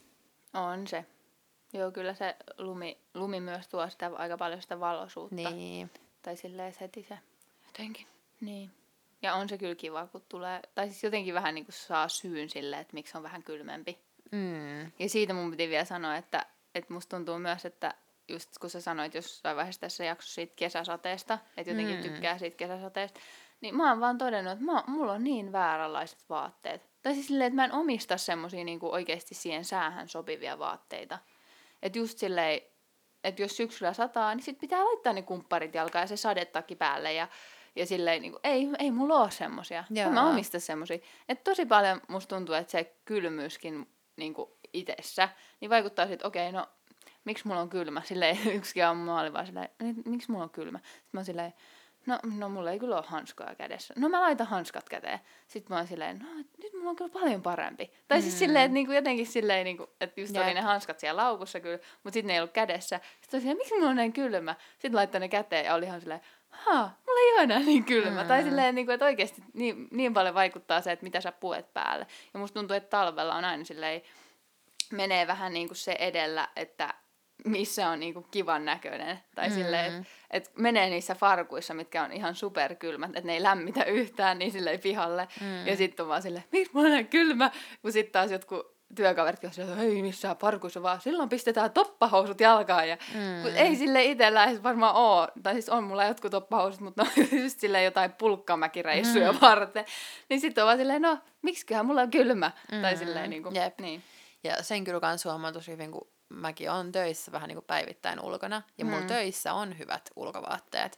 On se. Joo, kyllä se lumi myös tuo sitä aika paljon sitä valoisuutta. Niin. Tai silleen heti se jotenkin. Niin. Ja on se kyllä kiva, kun tulee, tai siis jotenkin vähän niin kuin saa syyn silleen, että miksi on vähän kylmempi. Ja siitä mun piti vielä sanoa, että musta tuntuu myös, että just kun sä sanoit jossain vaiheessa tässä jaksossa siitä kesäsateesta, että jotenkin tykkää siitä kesäsateesta, niin mä oon vaan todennut, että mulla on niin vääränlaiset vaatteet. Tai siis silleen, että mä en omista semmosia niin kuin oikeasti siihen säähän sopivia vaatteita. Että just silleen, että jos syksyllä sataa, niin sit pitää laittaa ne kumpparit jalkaan ja se sadetakki päälle ja silleen, niin kuin, ei mulla ole semmosia. Mä omista semmosia. Että tosi paljon musta tuntuu, että se kylmyyskin niin kuin itsessä, niin vaikuttaa sitten, okei, no miksi mulla on kylmä? Silleen yksikin aamu mä olin vaan silleen, miksi mulla on kylmä? Sitten mä oon silleen, no mulla ei kyllä ole hanskoja kädessä. No mä laitan hanskat käteen. Sitten mä oon silleen, no nyt mulla on kyllä paljon parempi. Tai siis silleen, että niinku, jotenkin silleen, niinku, että just oli ne hanskat siellä laukussa kyllä, mutta sitten ne ei ollut kädessä. Sitten silleen, miksi mulla on näin kylmä? Sitten laittoi ne käteen ja oli ihan silleen, mulla ei ole enää niin kylmä. Tai silleen, niinku, että oikeasti niin paljon vaikuttaa se, että mitä sä puet päälle. Ja musta tuntuu, että talvella on aina silleen, menee vähän niinku se edellä, että missä on niinku kivan näköinen. Tai silleen, että menee niissä farkuissa, mitkä on ihan superkylmät, että ne ei lämmitä yhtään niin silleen pihalle. Ja sitten on vaan silleen, miksi mulla on näin kylmä? Kun sitten taas jotkut työkaveritkin on silleen, että ei missään farkuissa, vaan silloin pistetään toppahousut jalkaan. Ja kun ei sille itsellä edes varmaan ole, tai siis on mulla jotkut toppahousut, mutta ne on just silleen jotain pulkkamäkireissuja varten. Niin sitten on vaan silleen, no miksiköhän mulla on kylmä? Tai silleen niinku, niin. Ja sen kyllä kans huomaa tosi hyvin, kun mäkin olen töissä vähän niin kuin päivittäin ulkona, ja mulla töissä on hyvät ulkovaatteet.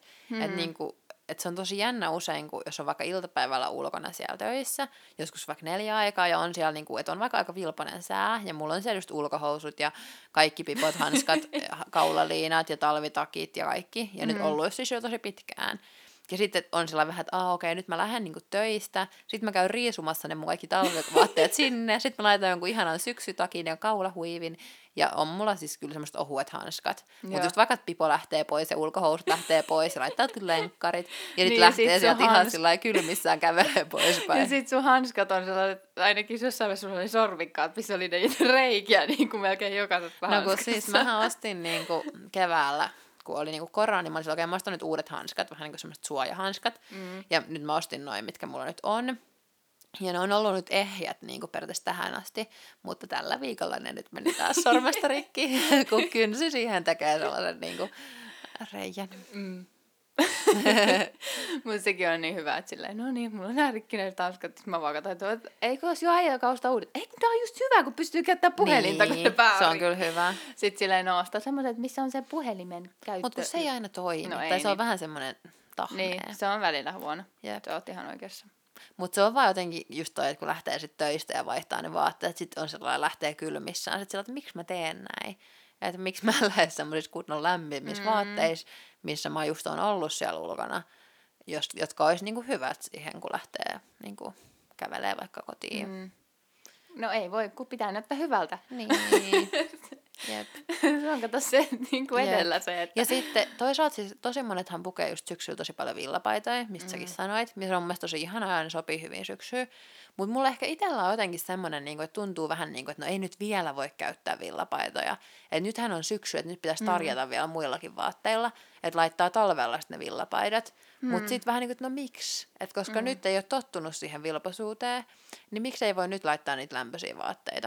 Että se on tosi jännä usein, kun jos on vaikka iltapäivällä ulkona siellä töissä, joskus vaikka 4 aikaa, ja on siellä, niin kuin, että on vaikka aika vilponen sää, ja mulla on siellä just ulkohousut ja kaikki pipot, hanskat, kaulaliinat ja talvitakit ja kaikki, ja nyt ollut siis jo tosi pitkään. Ja sitten on sellainen vähän, että okei, nyt mä lähden niinku töistä, sitten mä käyn riisumassa ne mun kaikki talvivaatteet sinne, sitten mä laitan jonkun ihanan syksytakin ja kaulahuivin, ja on mulla siis kyllä semmoiset ohuet hanskat. Mutta just vaikka pipo lähtee pois ja ulkohousut lähtee pois ja laittaa lenkkarit, ja sitten lähtee sieltä ihan sillä kylmissään kävelee poispäin. Ja sit sun hanskat on sellaiset, ainakin jossain vaiheessa sulla oli sorvikkaat, missä oli ne reikiä niin kuin melkein jokaisessa hanskassa. No kun siis mähän ostin niinku keväällä, kun oli niinku korona, niin mä olisin oikein, mä ostan nyt uudet hanskat, vähän niin kuin semmoiset suojahanskat. Ja nyt mä ostin noin, mitkä mulla nyt on. Ja ne on ollut nyt ehjät niinku periaatteessa tähän asti, mutta tällä viikolla ne nyt meni taas sormesta rikki, kun kynsi siihen tekee sellaisen niinku reijän. Mutta sekin on niin hyvä, että silleen, no niin, mulla on nämä rikkinäiset hanskat, että mä vaan katsoin, että eikö olisi jo aikaa ostaa uudet? Ei, tää on just hyvä, kun pystyy käyttämään puhelinta, niin, kun se pää se on kyllä hyvä. Sitten silleen no ostaa semmoiset, missä on se puhelimen käyttö. Mutta kun se ei aina toimi, no, tai ei, se on vähän semmoinen tahmea. Niin, se on välillä huono. Sä oot ihan oikeassa. Mutta se on vaan jotenkin just toi, että kun lähtee sitten töistä ja vaihtaa ne vaatteet, sitten on sellainen, lähtee kylmissään. Sitten että miksi mä teen näin? Että miksi mä lähden semmoisissa kunnon lämpimissä vaatteissa, missä mä just oon ollut siellä ulkona, jotka olisi niinku hyvät siihen, kun lähtee niinku kävelee vaikka kotiin. No ei voi, kun pitää näyttää hyvältä. Niin. Jep. Se on kato se niin kuin edellä se, että... Ja sitten toisaalta siis tosi monethan pukee just syksyllä tosi paljon villapaitoja, mistä säkin sanoit, missä on mun mielestä tosi ihanaa ja ne sopii hyvin syksyyn. Mutta mulla ehkä itsellä on jotenkin semmoinen, niin että tuntuu vähän niin kuin, että no ei nyt vielä voi käyttää villapaitoja. Että nythän on syksy, että nyt pitäisi tarjota vielä muillakin vaatteilla, että laittaa talvella sitten ne villapaidat. Mutta sitten vähän niin kuin, että no miksi? Että koska nyt ei ole tottunut siihen vilposuuteen, niin miksi ei voi nyt laittaa niitä lämpöisiä vaatteita?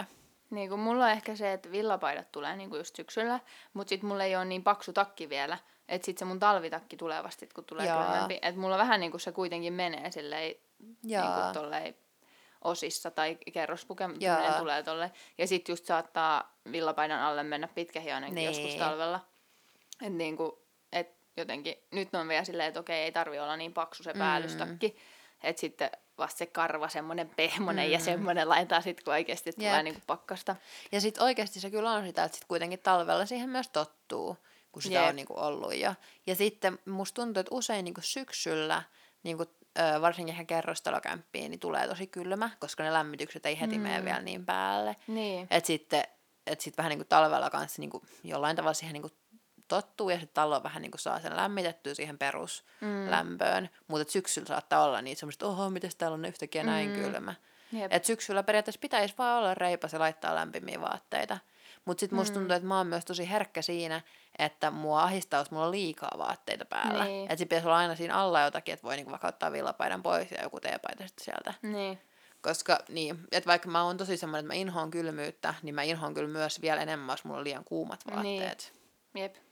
Niin kuin mulla on ehkä se, että villapaidat tulee niin kuin just syksyllä, mutta sit mulla ei ole niin paksu takki vielä, että sit se mun talvitakki tulee vasta, kun tulee kylmempi. Että mulla vähän niin kuin se kuitenkin menee silleen niin kuin tolleen osissa tai kerrospukeminen tulee tolleen. Ja sit just saattaa villapaidan alle mennä pitkähiainenkin joskus talvella. Että niin kuin, et jotenkin, nyt on vielä silleen, että okei, ei tarvi olla niin paksu se päällystakki. Että sitten vasta se karva, semmoinen pehmonen ja semmoinen laitetaan sitten, kun oikeasti tulee niinku pakkasta. Ja sitten oikeasti se kyllä on sitä, että sit kuitenkin talvella siihen myös tottuu, kun sitä on niinku ollut. Ja sitten musta tuntuu, että usein niinku syksyllä, niinku, varsinkin ihan kerrostalokämppiin, niin tulee tosi kylmä, koska ne lämmitykset ei heti mene vielä niin päälle. Niin. Että sitten vähän niinku talvella kanssa niinku jollain tavalla siihen niinku tottuu ja sitten talo vähän niin kuin saa sen lämmitettyä siihen peruslämpöön, mutta syksyllä saattaa olla niitä semmoista, oho, mites täällä on yhtäkkiä näin kylmä. Että syksyllä periaatteessa pitäisi vaan olla reipas ja laittaa lämpimiä vaatteita. Mutta sitten musta tuntuu, että mä oon myös tosi herkkä siinä, että mua ahistaa, jos mulla on liikaa vaatteita päällä. Niin. Että sit pitäisi olla aina siinä alla jotakin, että voi niinku vaikka ottaa villapaidan pois ja joku teepaita sitten sieltä. Niin. Koska niin, että vaikka mä oon tosi semmoinen, että mä inhoan kylmyyttä, niin mä inhoan kyllä myös vielä enemmän, jos mulla on liian kuumat vaatteet. Niin. Jep.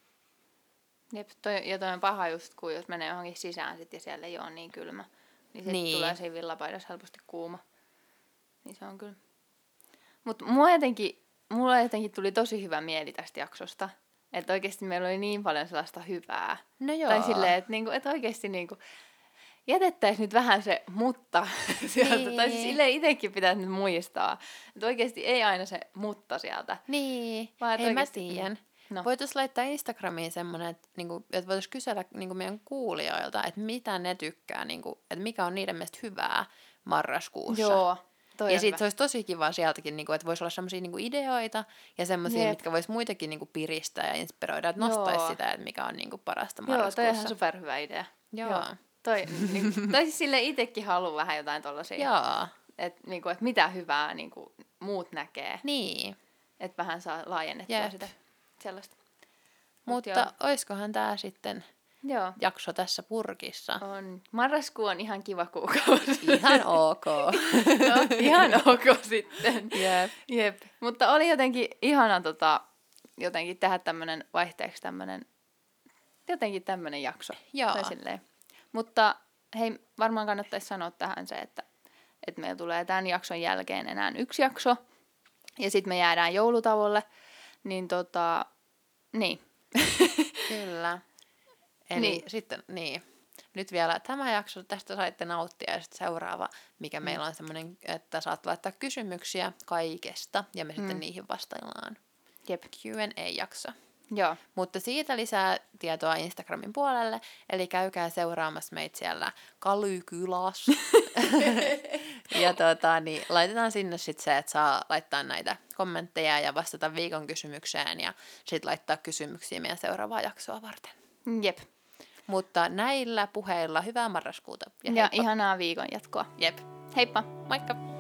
Ja toi on paha just, kun jos menee johonkin sisään sit ja siellä ei ole niin kylmä, niin sitten tulee siinä villapaidassa helposti kuuma. Niin se on kyllä. Mutta mulla jotenkin tuli tosi hyvä mieli tästä jaksosta. Että oikeasti meillä oli niin paljon sellaista hyvää. No joo. Tai silleen, että niinku, et oikeasti niinku, jätettäisiin nyt vähän se mutta sieltä. Niin. Tai siis silleen itsekin pitäisi nyt muistaa. Että oikeasti ei aina se mutta sieltä. Niin, vaan hei mä tiedän. No. Voitaisiin laittaa Instagramiin semmoinen, että voitaisiin kysellä meidän kuulijoilta, että mitä ne tykkää, että mikä on niiden mielestä hyvää marraskuussa. Joo, ja sitten se olisi tosi kiva sieltäkin, että voisi olla semmoisia ideoita ja semmoisia, mitkä voisi muitakin piristää ja inspiroida, että nostaisi sitä, että mikä on parasta marraskuussa. Joo, toi on ihan superhyvä idea. Joo. Tai siis silleen itsekin haluan vähän jotain tollaisia. Joo. Että mitä hyvää muut näkee. Niin. Että vähän saa laajennettua sitä. Sellaista. Mutta oiskohan tämä sitten jakso tässä purkissa? On. Marraskuu on ihan kiva kuukausi. Ihan ok. No, ihan ok sitten. Jep. Mutta oli jotenkin ihana jotenkin tehdä tämmönen vaihteeksi jotenkin tämmönen jakso. Joo. Mutta hei, varmaan kannattaisi sanoa tähän se, että meillä tulee tämän jakson jälkeen enää 1 jakso. Ja sitten me jäädään joulutauolle. Niin niin. Kyllä. Eli sitten, nyt vielä tämä jakso, tästä saitte nauttia ja sitten seuraava, mikä meillä on semmoinen, että saat laittaa kysymyksiä kaikesta ja me sitten niihin vastaillaan. Jep. Q&A-jakso. Joo. Mutta siitä lisää tietoa Instagramin puolelle, eli käykää seuraamassa meitä siellä Kalykylas. Ja laitetaan sinne sitten se, että saa laittaa näitä kommentteja ja vastata viikon kysymykseen ja sitten laittaa kysymyksiä meidän seuraavaa jaksoa varten. Jep. Mutta näillä puheilla hyvää marraskuuta. Ja ihanaa viikon jatkoa. Jep. Heippa. Moikka.